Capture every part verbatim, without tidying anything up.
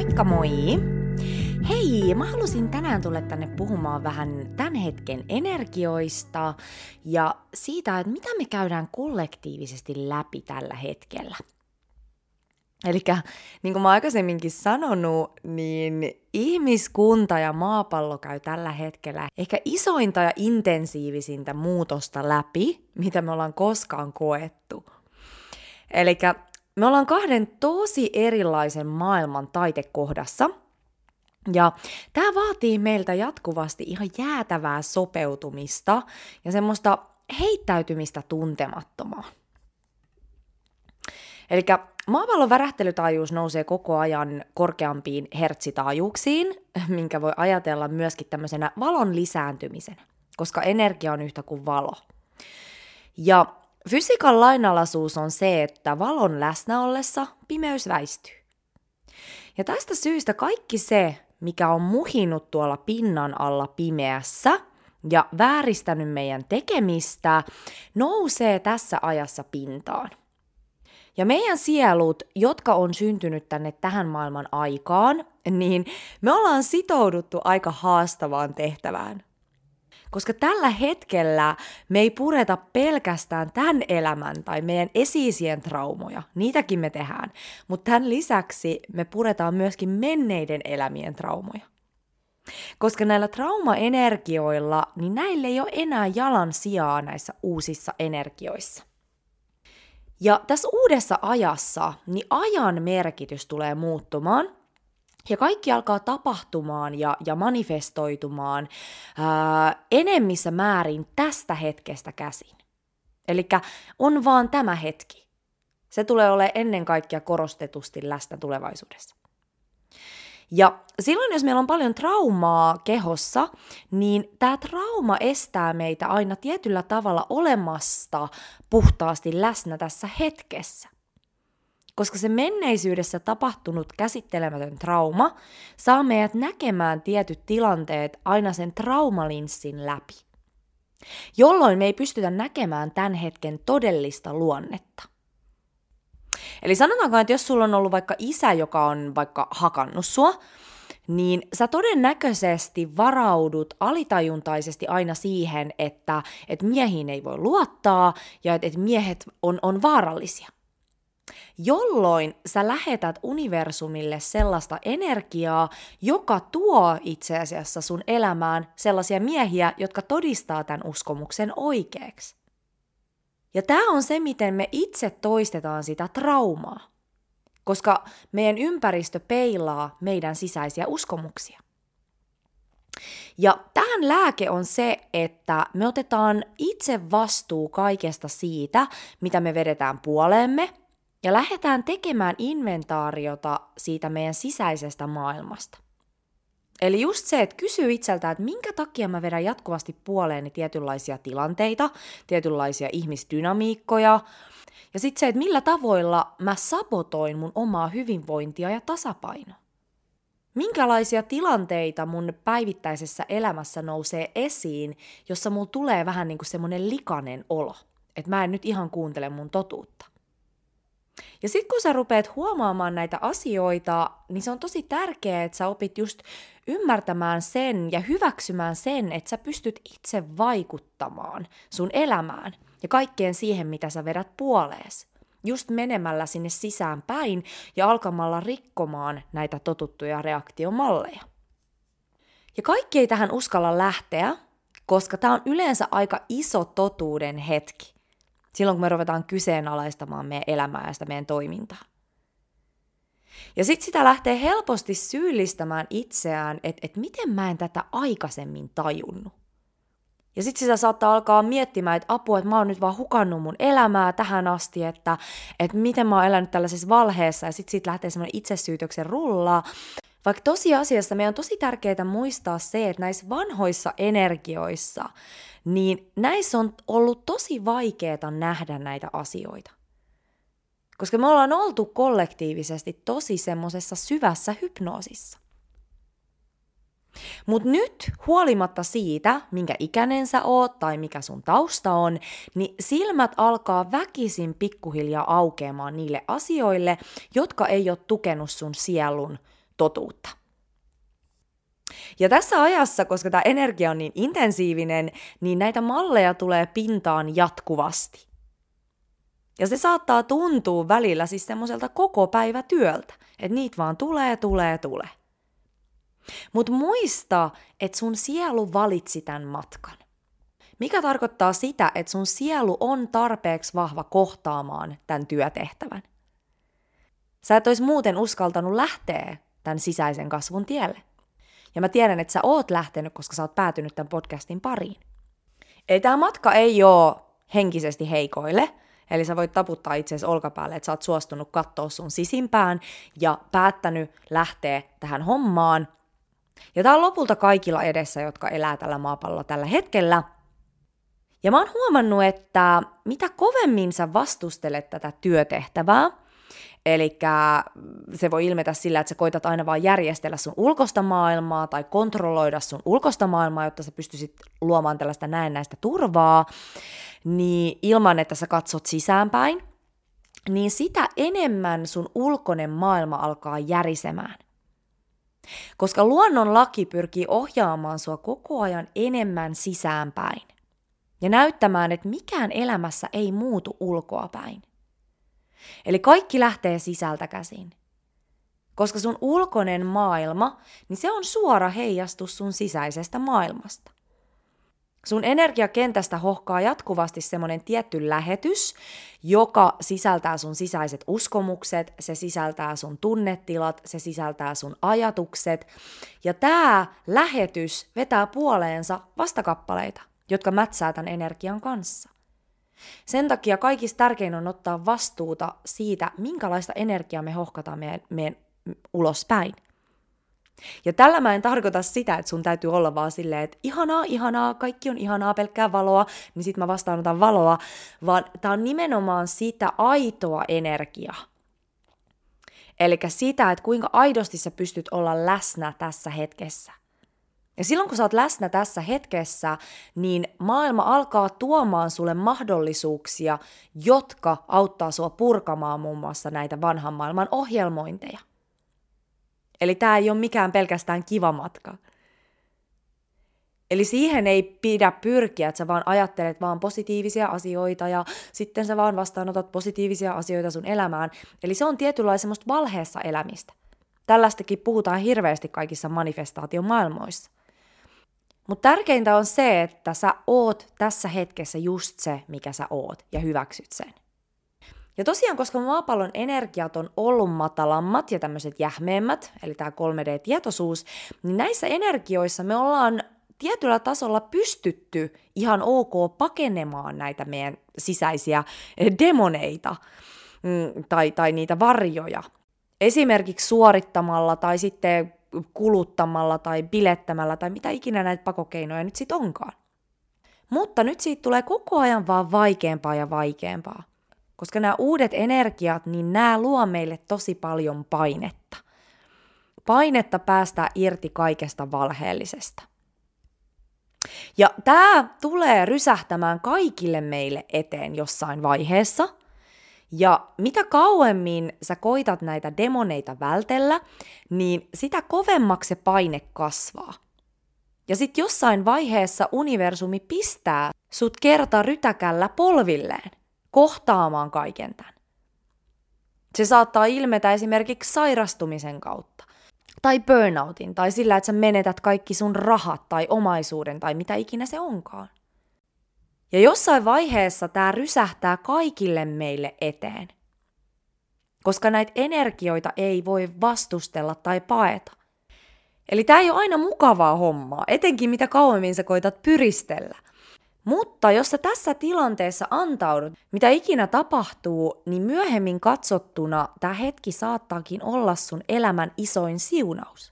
Moikka moi! Hei, mä halusin tänään tulla tänne puhumaan vähän tämän hetken energioista ja siitä, että mitä me käydään kollektiivisesti läpi tällä hetkellä. Elikkä niin kuin mä aikaisemminkin sanonut, niin ihmiskunta ja maapallo käy tällä hetkellä ehkä isointa ja intensiivisintä muutosta läpi, mitä me ollaan koskaan koettu. Elikkä me ollaan kahden tosi erilaisen maailman taitekohdassa, ja tämä vaatii meiltä jatkuvasti ihan jäätävää sopeutumista ja semmoista heittäytymistä tuntemattomaan. Elikkä maapallon värähtelytaajuus nousee koko ajan korkeampiin hertsitaajuuksiin, minkä voi ajatella myöskin tämmöisenä valon lisääntymisenä, koska energia on yhtä kuin valo. Ja fysiikan lainalaisuus on se, että valon läsnä ollessa pimeys väistyy. Ja tästä syystä kaikki se, mikä on muhinut tuolla pinnan alla pimeässä ja vääristänyt meidän tekemistä, nousee tässä ajassa pintaan. Ja meidän sielut, jotka on syntynyt tänne tähän maailman aikaan, niin me ollaan sitouduttu aika haastavaan tehtävään. Koska tällä hetkellä me ei pureta pelkästään tämän elämän tai meidän esi-isien traumoja, niitäkin me tehdään, mutta tämän lisäksi me puretaan myöskin menneiden elämien traumoja. Koska näillä traumaenergioilla, niin näille ei ole enää jalan sijaa näissä uusissa energioissa. Ja tässä uudessa ajassa, niin ajan merkitys tulee muuttumaan, ja kaikki alkaa tapahtumaan ja, ja manifestoitumaan ää, enemmissä määrin tästä hetkestä käsin. Elikkä on vaan tämä hetki. Se tulee olemaan ennen kaikkea korostetusti läsnä tulevaisuudessa. Ja silloin, jos meillä on paljon traumaa kehossa, niin tämä trauma estää meitä aina tietyllä tavalla olemasta puhtaasti läsnä tässä hetkessä. Koska se menneisyydessä tapahtunut käsittelemätön trauma saa meidät näkemään tietyt tilanteet aina sen traumalinssin läpi, jolloin me ei pystytä näkemään tämän hetken todellista luonnetta. Eli sanotaanko, että jos sulla on ollut vaikka isä, joka on vaikka hakannut sua, niin sä todennäköisesti varaudut alitajuntaisesti aina siihen, että, että miehiin ei voi luottaa ja että, että miehet on, on vaarallisia. Jolloin sä lähetät universumille sellaista energiaa, joka tuo itse asiassa sun elämään sellaisia miehiä, jotka todistaa tämän uskomuksen oikeaksi. Ja tämä on se, miten me itse toistetaan sitä traumaa, koska meidän ympäristö peilaa meidän sisäisiä uskomuksia. Ja tähän lääke on se, että me otetaan itse vastuu kaikesta siitä, mitä me vedetään puoleemme, ja lähdetään tekemään inventaariota siitä meidän sisäisestä maailmasta. Eli just se, että kysyy itseltä, että minkä takia mä vedän jatkuvasti puoleeni tietynlaisia tilanteita, tietynlaisia ihmisdynamiikkoja, ja sitten se, että millä tavoilla mä sabotoin mun omaa hyvinvointia ja tasapainoa. Minkälaisia tilanteita mun päivittäisessä elämässä nousee esiin, jossa mulla tulee vähän niin kuin semmoinen likainen olo, että mä en nyt ihan kuuntele mun totuutta. Ja sitten kun sä rupeat huomaamaan näitä asioita, niin se on tosi tärkeää, että sä opit just ymmärtämään sen ja hyväksymään sen, että sä pystyt itse vaikuttamaan sun elämään ja kaikkeen siihen, mitä sä vedät puolees. Just menemällä sinne sisään päin ja alkamalla rikkomaan näitä totuttuja reaktiomalleja. Ja kaikki ei tähän uskalla lähteä, koska tää on yleensä aika iso totuuden hetki. Silloin, kun me ruvetaan kyseenalaistamaan meidän elämää ja sitä meidän toimintaa. Ja sitten sitä lähtee helposti syyllistämään itseään, että et miten mä en tätä aikaisemmin tajunnut. Ja sitten sitä saattaa alkaa miettimään, että apua, että mä oon nyt vaan hukannut mun elämää tähän asti, että, että miten mä oon elänyt tällaisessa valheessa, ja sitten siitä lähtee semmoinen itsesyytöksen rullaa. Vaikka tosiasiassa meidän on tosi tärkeää muistaa se, että näissä vanhoissa energioissa, niin näissä on ollut tosi vaikeaa nähdä näitä asioita. Koska me ollaan oltu kollektiivisesti tosi semmoisessa syvässä hypnoosissa. Mutta nyt, huolimatta siitä, minkä ikäinen sä oot tai mikä sun tausta on, niin silmät alkaa väkisin pikkuhiljaa aukeamaan niille asioille, jotka ei ole tukenut sun sielun totuutta. Ja tässä ajassa, koska tämä energia on niin intensiivinen, niin näitä malleja tulee pintaan jatkuvasti. Ja se saattaa tuntua välillä siis semmoiselta koko päivä työltä, että niitä vaan tulee, tulee, tulee. Mutta muista, että sun sielu valitsi tämän matkan. Mikä tarkoittaa sitä, että sun sielu on tarpeeksi vahva kohtaamaan tämän työtehtävän. Sä et olisi muuten uskaltanut lähteä tämän sisäisen kasvun tielle. Ja mä tiedän, että sä oot lähtenyt, koska sä oot päätynyt tämän podcastin pariin. Eli tämä matka ei ole henkisesti heikoille, eli sä voit taputtaa itseäsi olkapäälle, että sä oot suostunut katsoa sun sisimpään ja päättänyt lähteä tähän hommaan. Ja tää on lopulta kaikilla edessä, jotka elää tällä maapallolla tällä hetkellä. Ja mä oon huomannut, että mitä kovemmin sä vastustelet tätä työtehtävää, eli se voi ilmetä sillä, että sä koitat aina vaan järjestellä sun ulkoista maailmaa tai kontrolloida sun ulkoista maailmaa, jotta sä pystyisit luomaan tällaista näennäistä turvaa, niin ilman, että sä katsot sisäänpäin, niin sitä enemmän sun ulkoinen maailma alkaa järisemään. Koska luonnon laki pyrkii ohjaamaan sua koko ajan enemmän sisäänpäin ja näyttämään, että mikään elämässä ei muutu ulkoapäin. Eli kaikki lähtee sisältä käsin. Koska sun ulkoinen maailma, niin se on suora heijastus sun sisäisestä maailmasta. Sun energiakentästä hohkaa jatkuvasti semmoinen tietty lähetys, joka sisältää sun sisäiset uskomukset, se sisältää sun tunnetilat, se sisältää sun ajatukset. Ja tää lähetys vetää puoleensa vastakappaleita, jotka mätsää tämän energian kanssa. Sen takia kaikista tärkein on ottaa vastuuta siitä, minkälaista energiaa me hohkataan meidän, meidän ulospäin. Ja tällä mä en tarkoita sitä, että sun täytyy olla vaan silleen, että ihanaa, ihanaa, kaikki on ihanaa, pelkkää valoa, niin sit mä vastaanotan valoa, vaan tää on nimenomaan sitä aitoa energiaa. Eli sitä, että kuinka aidosti sä pystyt olla läsnä tässä hetkessä. Ja silloin kun sä oot läsnä tässä hetkessä, niin maailma alkaa tuomaan sulle mahdollisuuksia, jotka auttaa sua purkamaan muun muassa näitä vanhan maailman ohjelmointeja. Eli tää ei ole mikään pelkästään kiva matka. Eli siihen ei pidä pyrkiä, että sä vaan ajattelet vaan positiivisia asioita ja sitten sä vaan vastaanotat positiivisia asioita sun elämään. Eli se on tietynlaista semmoista valheessa elämistä. Tällaistakin puhutaan hirveästi kaikissa manifestaatiomaailmoissa. Mutta tärkeintä on se, että sä oot tässä hetkessä just se, mikä sä oot, ja hyväksyt sen. Ja tosiaan, koska maapallon energiat on ollut matalammat ja tämmöiset jähmeemmät, eli tämä kolme D-tietoisuus, niin näissä energioissa me ollaan tietyllä tasolla pystytty ihan ok pakenemaan näitä meidän sisäisiä demoneita mm, tai, tai niitä varjoja. Esimerkiksi suorittamalla tai sitten kuluttamalla tai bilettämällä tai mitä ikinä näitä pakokeinoja nyt sit onkaan. Mutta nyt siitä tulee koko ajan vaan vaikeampaa ja vaikeampaa. Koska nämä uudet energiat, niin nämä luo meille tosi paljon painetta. Painetta päästää irti kaikesta valheellisesta. Ja tämä tulee rysähtämään kaikille meille eteen jossain vaiheessa. Ja mitä kauemmin sä koitat näitä demoneita vältellä, niin sitä kovemmaksi se paine kasvaa. Ja sitten jossain vaiheessa universumi pistää sut kerta rytäkällä polvilleen kohtaamaan kaiken tämän. Se saattaa ilmetä esimerkiksi sairastumisen kautta, tai burnoutin, tai sillä, että sä menetät kaikki sun rahat tai omaisuuden tai mitä ikinä se onkaan. Ja jossain vaiheessa tämä rysähtää kaikille meille eteen, koska näitä energioita ei voi vastustella tai paeta. Eli tämä ei ole aina mukavaa hommaa, etenkin mitä kauemmin sä koitat pyristellä. Mutta jos sä tässä tilanteessa antaudut, mitä ikinä tapahtuu, niin myöhemmin katsottuna tämä hetki saattaakin olla sun elämän isoin siunaus.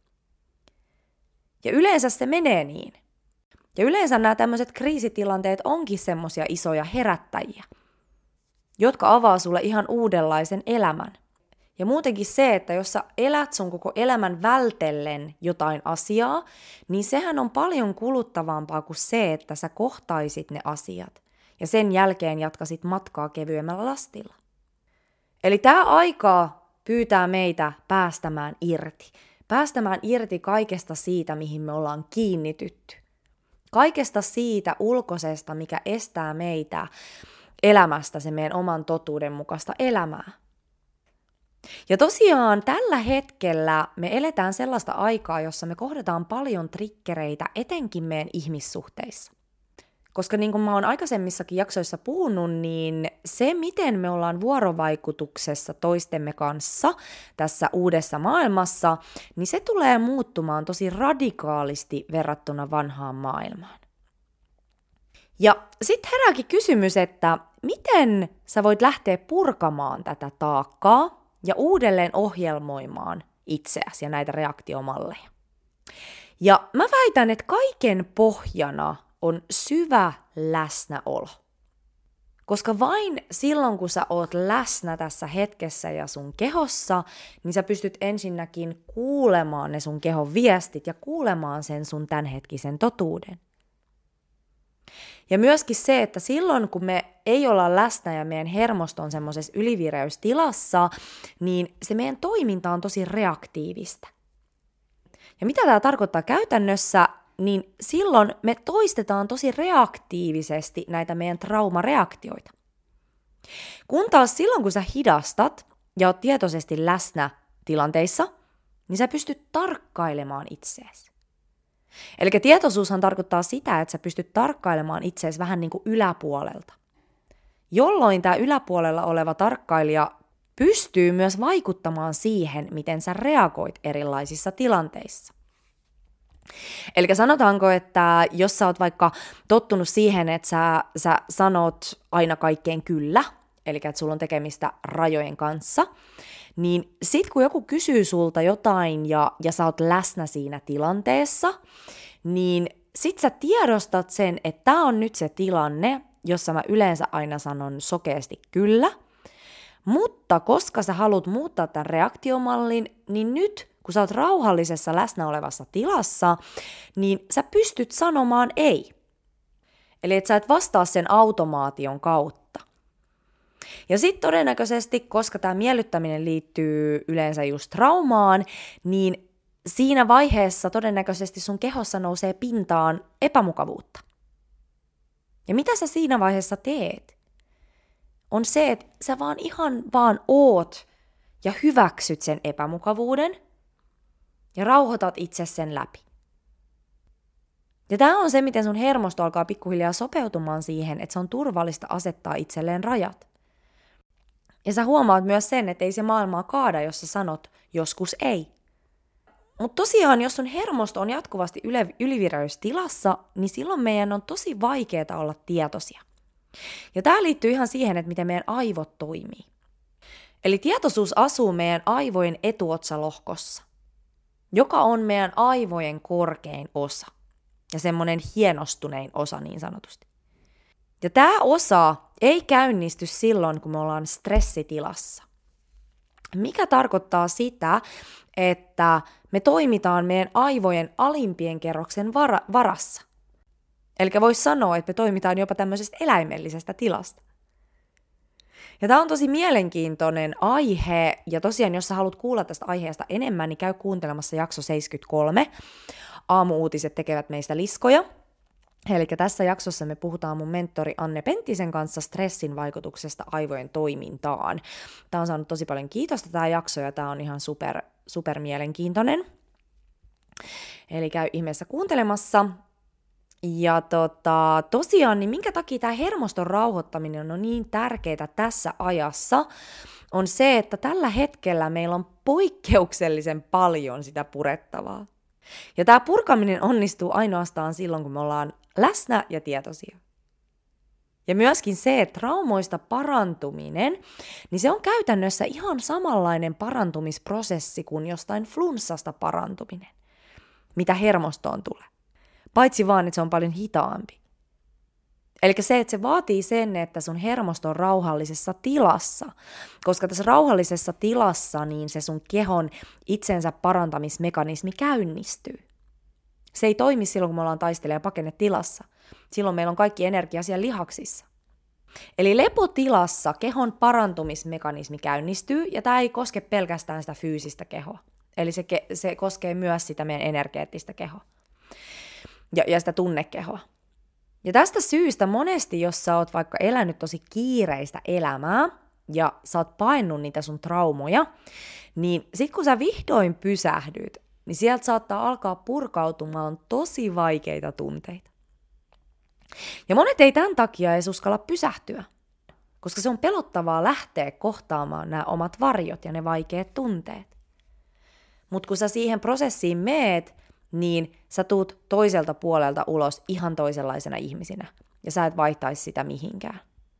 Ja yleensä se menee niin. Ja yleensä nämä tämmöiset kriisitilanteet onkin semmoisia isoja herättäjiä, jotka avaa sulle ihan uudenlaisen elämän. Ja muutenkin se, että jos sä elät sun koko elämän vältellen jotain asiaa, niin sehän on paljon kuluttavampaa kuin se, että sä kohtaisit ne asiat ja sen jälkeen jatkasit matkaa kevyemmällä lastilla. Eli tämä aika pyytää meitä päästämään irti. Päästämään irti kaikesta siitä, mihin me ollaan kiinnitytty. Kaikesta siitä ulkoisesta, mikä estää meitä elämästä se meidän oman totuuden mukaista elämää. Ja tosiaan tällä hetkellä me eletään sellaista aikaa, jossa me kohdataan paljon triggereitä, etenkin meidän ihmissuhteissa. Koska niin kuin mä oon aikaisemmissakin jaksoissa puhunut, niin se, miten me ollaan vuorovaikutuksessa toistemme kanssa tässä uudessa maailmassa, niin se tulee muuttumaan tosi radikaalisti verrattuna vanhaan maailmaan. Ja sitten herääkin kysymys, että miten sä voit lähteä purkamaan tätä taakkaa ja uudelleen ohjelmoimaan itseäsi ja näitä reaktiomalleja. Ja mä väitän, että kaiken pohjana on syvä läsnäolo. Koska vain silloin, kun sä oot läsnä tässä hetkessä ja sun kehossa, niin sä pystyt ensinnäkin kuulemaan ne sun kehon viestit ja kuulemaan sen sun tämänhetkisen totuuden. Ja myöskin se, että silloin kun me ei olla läsnä ja meidän hermosto on semmoisessa ylivireystilassa, niin se meidän toiminta on tosi reaktiivista. Ja mitä tämä tarkoittaa käytännössä, niin silloin me toistetaan tosi reaktiivisesti näitä meidän traumareaktioita. Kun taas silloin, kun sä hidastat ja oot tietoisesti läsnä tilanteissa, niin sä pystyt tarkkailemaan itseäsi. Eli tietoisuushan tarkoittaa sitä, että sä pystyt tarkkailemaan itseäsi vähän niin kuin yläpuolelta. Jolloin tämä yläpuolella oleva tarkkailija pystyy myös vaikuttamaan siihen, miten sä reagoit erilaisissa tilanteissa. Eli sanotaanko, että jos sä oot vaikka tottunut siihen, että sä, sä sanot aina kaikkeen kyllä, eli että sulla on tekemistä rajojen kanssa, niin sit kun joku kysyy sulta jotain ja, ja sä oot läsnä siinä tilanteessa, niin sit sä tiedostat sen, että tää on nyt se tilanne, jossa mä yleensä aina sanon sokeasti kyllä, mutta koska sä haluat muuttaa tämän reaktiomallin, niin nyt kun sä oot rauhallisessa läsnä olevassa tilassa, niin sä pystyt sanomaan ei. Eli et sä et vastaa sen automaation kautta. Ja sitten todennäköisesti, koska tämä miellyttäminen liittyy yleensä just traumaan, niin siinä vaiheessa todennäköisesti sun kehossa nousee pintaan epämukavuutta. Ja mitä sä siinä vaiheessa teet? On se, että sä vaan ihan vaan oot ja hyväksyt sen epämukavuuden ja rauhoitat itse sen läpi. Ja tämä on se, miten sun hermosto alkaa pikkuhiljaa sopeutumaan siihen, että se on turvallista asettaa itselleen rajat. Ja sä huomaat myös sen, että ei se maailmaa kaada, jos sä sanot joskus ei. Mutta tosiaan, jos sun hermosto on jatkuvasti yle- ylivireystilassa, niin silloin meidän on tosi vaikeaa olla tietoisia. Ja tämä liittyy ihan siihen, että miten meidän aivot toimii. Eli tietoisuus asuu meidän aivojen etuotsalohkossa, joka on meidän aivojen korkein osa ja semmoinen hienostunein osa niin sanotusti. Ja tämä osa ei käynnisty silloin, kun me ollaan stressitilassa. Mikä tarkoittaa sitä, että me toimitaan meidän aivojen alimpien kerroksen vara- varassa. Eli voisi sanoa, että me toimitaan jopa tämmöisestä eläimellisestä tilasta. Ja tämä on tosi mielenkiintoinen aihe, ja tosiaan jos sä haluat kuulla tästä aiheesta enemmän, niin käy kuuntelemassa jakso seitsemänkymmentäkolme. Aamu-uutiset tekevät meistä liskoja. Eli tässä jaksossa me puhutaan mun mentori Anne Penttisen kanssa stressin vaikutuksesta aivojen toimintaan. Tämä on saanut tosi paljon kiitosta tämä jakso, ja tämä on ihan super, super mielenkiintoinen. Eli käy ihmeessä kuuntelemassa. Ja tota, tosiaan, niin minkä takia tämä hermoston rauhoittaminen on niin tärkeää tässä ajassa, on se, että tällä hetkellä meillä on poikkeuksellisen paljon sitä purettavaa. Ja tämä purkaminen onnistuu ainoastaan silloin, kun me ollaan läsnä ja tietoisia. Ja myöskin se, että traumoista parantuminen, niin se on käytännössä ihan samanlainen parantumisprosessi kuin jostain flunssasta parantuminen, mitä hermostoon tulee. Paitsi vaan, että se on paljon hitaampi. Eli se, että se vaatii sen, että sun hermosto on rauhallisessa tilassa, koska tässä rauhallisessa tilassa niin se sun kehon itsensä parantamismekanismi käynnistyy. Se ei toimi silloin, kun me ollaan taistele- ja pakennetilassa. Silloin meillä on kaikki energia siellä lihaksissa. Eli lepotilassa kehon parantumismekanismi käynnistyy, ja tämä ei koske pelkästään sitä fyysistä kehoa. Eli se, ke- se koskee myös sitä meidän energeettistä kehoa ja, ja sitä tunnekehoa. Ja tästä syystä monesti, jos sä oot vaikka elänyt tosi kiireistä elämää, ja sä oot painunut niitä sun traumoja, niin sit kun sä vihdoin pysähdyt, niin sieltä saattaa alkaa purkautumaan tosi vaikeita tunteita. Ja monet ei tämän takia edes uskalla pysähtyä, koska se on pelottavaa lähteä kohtaamaan nämä omat varjot ja ne vaikeat tunteet. Mutta kun sä siihen prosessiin meet, niin sä tuut toiselta puolelta ulos ihan toisenlaisena ihmisinä, ja sä et vaihtaisi sitä mihinkään.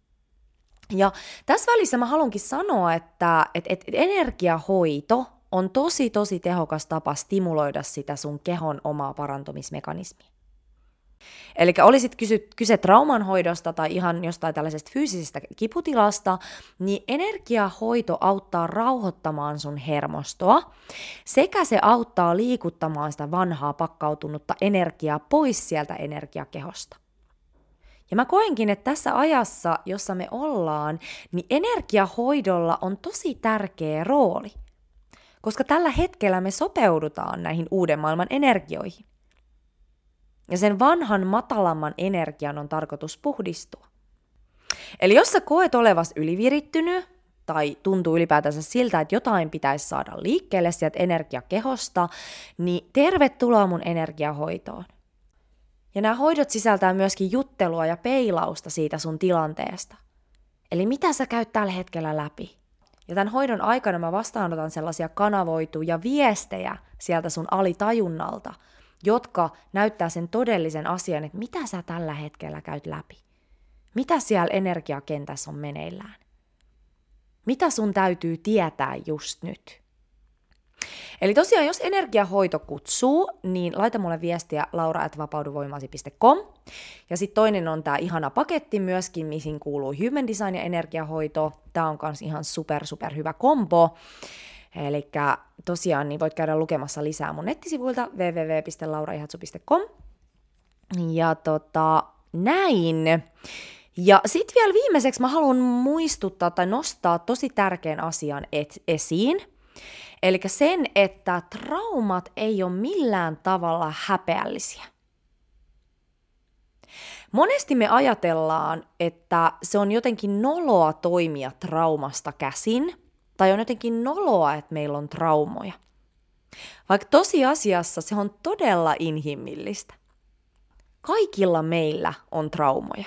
Ja tässä välissä mä haluankin sanoa, että et, et energiahoito on tosi tosi tehokas tapa stimuloida sitä sun kehon omaa parantumismekanismia. Eli olisit kysy, kyse traumanhoidosta tai ihan jostain tällaisesta fyysisestä kiputilasta, niin energiahoito auttaa rauhoittamaan sun hermostoa, sekä se auttaa liikuttamaan sitä vanhaa pakkautunutta energiaa pois sieltä energiakehosta. Ja mä koenkin, että tässä ajassa, jossa me ollaan, niin energiahoidolla on tosi tärkeä rooli, koska tällä hetkellä me sopeudutaan näihin uuden maailman energioihin. Ja sen vanhan matalamman energian on tarkoitus puhdistua. Eli jos sä koet olevas ylivirittynyt, tai tuntuu ylipäätänsä siltä, että jotain pitäisi saada liikkeelle sieltä energiakehosta, niin tervetuloa mun energiahoitoon. Ja nämä hoidot sisältää myöskin juttelua ja peilausta siitä sun tilanteesta. Eli mitä sä käyt tällä hetkellä läpi? Ja tämän hoidon aikana mä vastaanotan sellaisia kanavoituja viestejä sieltä sun alitajunnalta, jotka näyttää sen todellisen asian, että mitä sä tällä hetkellä käyt läpi. Mitä siellä energiakentässä on meneillään? Mitä sun täytyy tietää just nyt? Eli tosiaan, jos energiahoito kutsuu, niin laita mulle viestiä laura at vapauduvoimasi piste com. Ja sitten toinen on tämä ihana paketti myöskin, mihin kuuluu Human Design ja energiahoito. Tämä on myös ihan super, super hyvä kombo. Eli tosiaan niin voit käydä lukemassa lisää mun nettisivuilta double-u double-u double-u piste laura ihatsu piste com. Ja tota, näin. Ja sitten vielä viimeiseksi mä haluan muistuttaa tai nostaa tosi tärkeän asian et- esiin. Eli sen, että traumat ei ole millään tavalla häpeällisiä. Monesti me ajatellaan, että se on jotenkin noloa toimia traumasta käsin, tai on jotenkin noloa, että meillä on traumoja. Vaikka tosiasiassa se on todella inhimillistä. Kaikilla meillä on traumoja.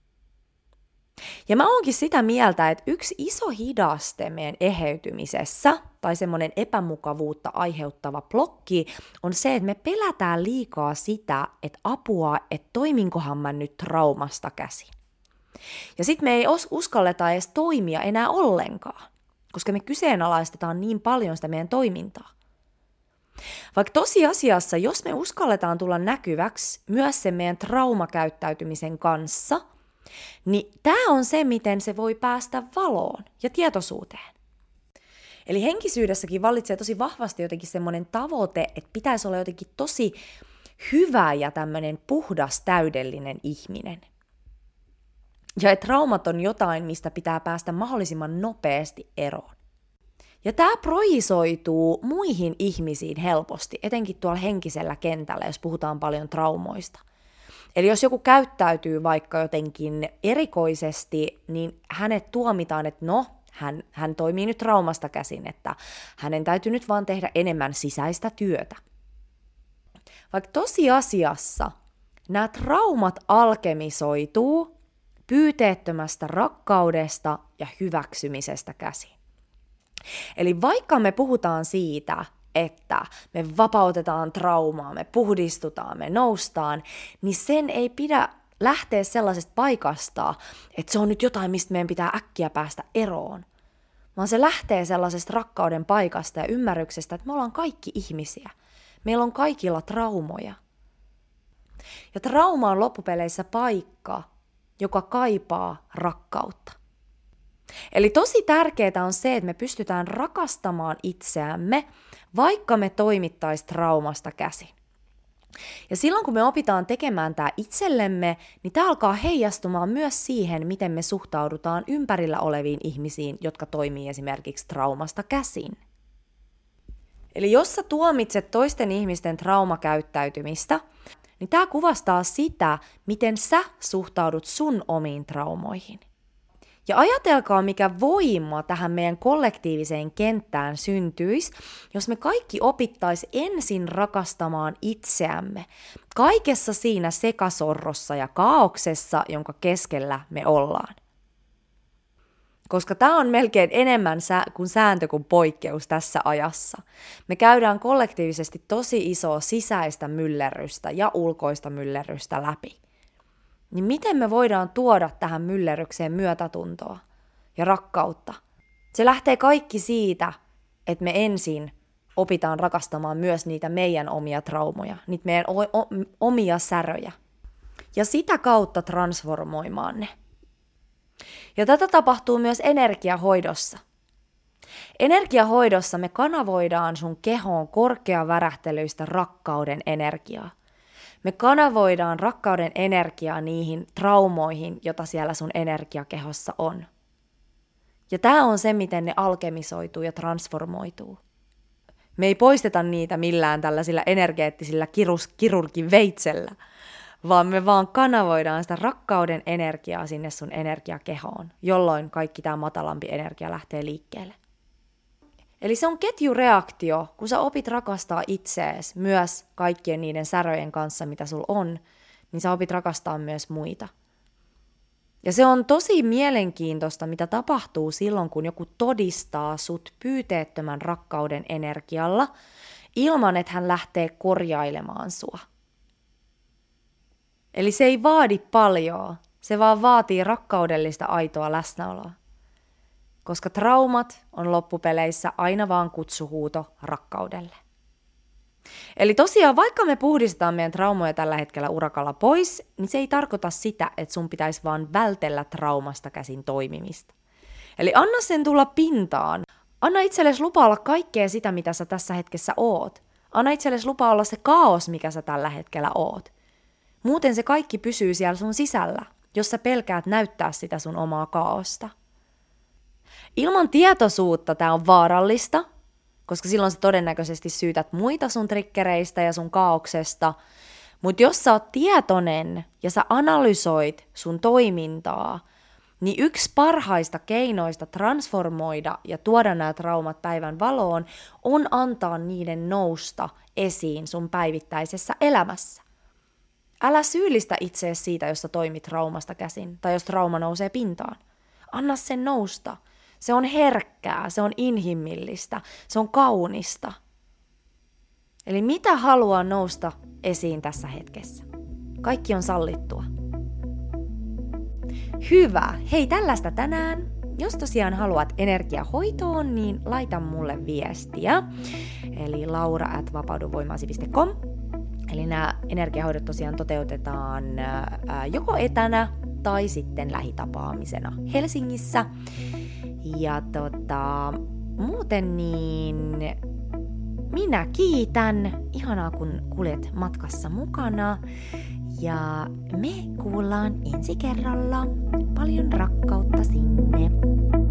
Ja mä oonkin sitä mieltä, että yksi iso hidaste meidän eheytymisessä, tai semmoinen epämukavuutta aiheuttava blokki, on se, että me pelätään liikaa sitä, että apua, että toiminkohan mä nyt traumasta käsin. Ja sit me ei uskalleta edes toimia enää ollenkaan, koska me kyseenalaistetaan niin paljon sitä meidän toimintaa. Vaikka tosiasiassa, jos me uskalletaan tulla näkyväksi myös sen meidän traumakäyttäytymisen kanssa, niin tämä on se, miten se voi päästä valoon ja tietoisuuteen. Eli henkisyydessäkin vallitsee tosi vahvasti jotenkin semmoinen tavoite, että pitäisi olla jotenkin tosi hyvä ja tämmöinen puhdas, täydellinen ihminen. Ja että traumat on jotain, mistä pitää päästä mahdollisimman nopeasti eroon. Ja tämä projisoituu muihin ihmisiin helposti, etenkin tuolla henkisellä kentällä, jos puhutaan paljon traumoista. Eli jos joku käyttäytyy vaikka jotenkin erikoisesti, niin hänet tuomitaan, että no, hän, hän toimii nyt traumasta käsin, että hänen täytyy nyt vaan tehdä enemmän sisäistä työtä. Vaikka tosiasiassa nämä traumat alkemisoituu pyyteettömästä rakkaudesta ja hyväksymisestä käsin. Eli vaikka me puhutaan siitä, että me vapautetaan traumaa, me puhdistutaan, me noustaan, niin sen ei pidä lähteä sellaisesta paikasta, että se on nyt jotain, mistä meidän pitää äkkiä päästä eroon. Vaan se lähtee sellaisesta rakkauden paikasta ja ymmärryksestä, että me ollaan kaikki ihmisiä. Meillä on kaikilla traumoja. Ja trauma on loppupeleissä paikka, joka kaipaa rakkautta. Eli tosi tärkeää on se, että me pystytään rakastamaan itseämme, vaikka me toimittaisiin traumasta käsin. Ja silloin kun me opitaan tekemään tämä itsellemme, niin tämä alkaa heijastumaan myös siihen, miten me suhtaudutaan ympärillä oleviin ihmisiin, jotka toimii esimerkiksi traumasta käsin. Eli jos sä tuomitset toisten ihmisten traumakäyttäytymistä, niin tämä kuvastaa sitä, miten sä suhtaudut sun omiin traumoihin. Ja ajatelkaa, mikä voima tähän meidän kollektiiviseen kenttään syntyisi, jos me kaikki opittais ensin rakastamaan itseämme kaikessa siinä sekasorrossa ja kaauksessa, jonka keskellä me ollaan. Koska tämä on melkein enemmän kuin sääntö kuin poikkeus tässä ajassa. Me käydään kollektiivisesti tosi isoa sisäistä myllerrystä ja ulkoista myllerrystä läpi. Niin miten me voidaan tuoda tähän myllerrykseen myötätuntoa ja rakkautta? Se lähtee kaikki siitä, että me ensin opitaan rakastamaan myös niitä meidän omia traumoja, niitä meidän o- o- omia säröjä. Ja sitä kautta transformoimaan ne. Ja tätä tapahtuu myös energiahoidossa. Energiahoidossa me kanavoidaan sun kehoon korkeavärähtelyistä rakkauden energiaa. Me kanavoidaan rakkauden energiaa niihin traumoihin, jota siellä sun energiakehossa on. Ja tämä on se, miten ne alkemisoituu ja transformoituu. Me ei poisteta niitä millään tällaisilla energeettisillä kirus, kirurgin veitsellä, vaan me vaan kanavoidaan sitä rakkauden energiaa sinne sun energiakehoon, jolloin kaikki tämä matalampi energia lähtee liikkeelle. Eli se on ketjureaktio, kun sä opit rakastaa itseesi myös kaikkien niiden säröjen kanssa, mitä sul on, niin sä opit rakastaa myös muita. Ja se on tosi mielenkiintoista, mitä tapahtuu silloin, kun joku todistaa sut pyyteettömän rakkauden energialla, ilman että hän lähtee korjailemaan sua. Eli se ei vaadi paljon, se vaan vaatii rakkaudellista aitoa läsnäoloa. Koska traumat on loppupeleissä aina vaan kutsuhuuto rakkaudelle. Eli tosiaan, vaikka me puhdistetaan meidän traumoja tällä hetkellä urakalla pois, niin se ei tarkoita sitä, että sun pitäisi vaan vältellä traumasta käsin toimimista. Eli anna sen tulla pintaan. Anna itsellesi lupa olla kaikkea sitä, mitä sä tässä hetkessä oot. Anna itsellesi lupa olla se kaos, mikä sä tällä hetkellä oot. Muuten se kaikki pysyy siellä sun sisällä, jos sä pelkäät näyttää sitä sun omaa kaaosta. Ilman tietoisuutta tämä on vaarallista, koska silloin sä todennäköisesti syytät muita sun triggereistä ja sun kaauksesta. Mutta jos sä oot tietoinen ja sä analysoit sun toimintaa, niin yksi parhaista keinoista transformoida ja tuoda nämä traumat päivän valoon on antaa niiden nousta esiin sun päivittäisessä elämässä. Älä syyllistä itseäsi siitä, jos sä toimit traumasta käsin tai jos trauma nousee pintaan. Anna sen nousta. Se on herkkää, se on inhimillistä, se on kaunista. Eli mitä haluaa nousta esiin tässä hetkessä? Kaikki on sallittua. Hyvä. Hei, tällaista tänään. Jos tosiaan haluat energiahoitoon, niin laita mulle viestiä. Eli laura at vapauduvoimaasi piste com. Eli nämä energiahoidot tosiaan toteutetaan ää, joko etänä tai sitten lähitapaamisena Helsingissä. Ja tota, muuten niin minä kiitän. Ihanaa, kun kuljet matkassa mukana. Ja me kuullaan ensi kerralla. Paljon rakkautta sinne.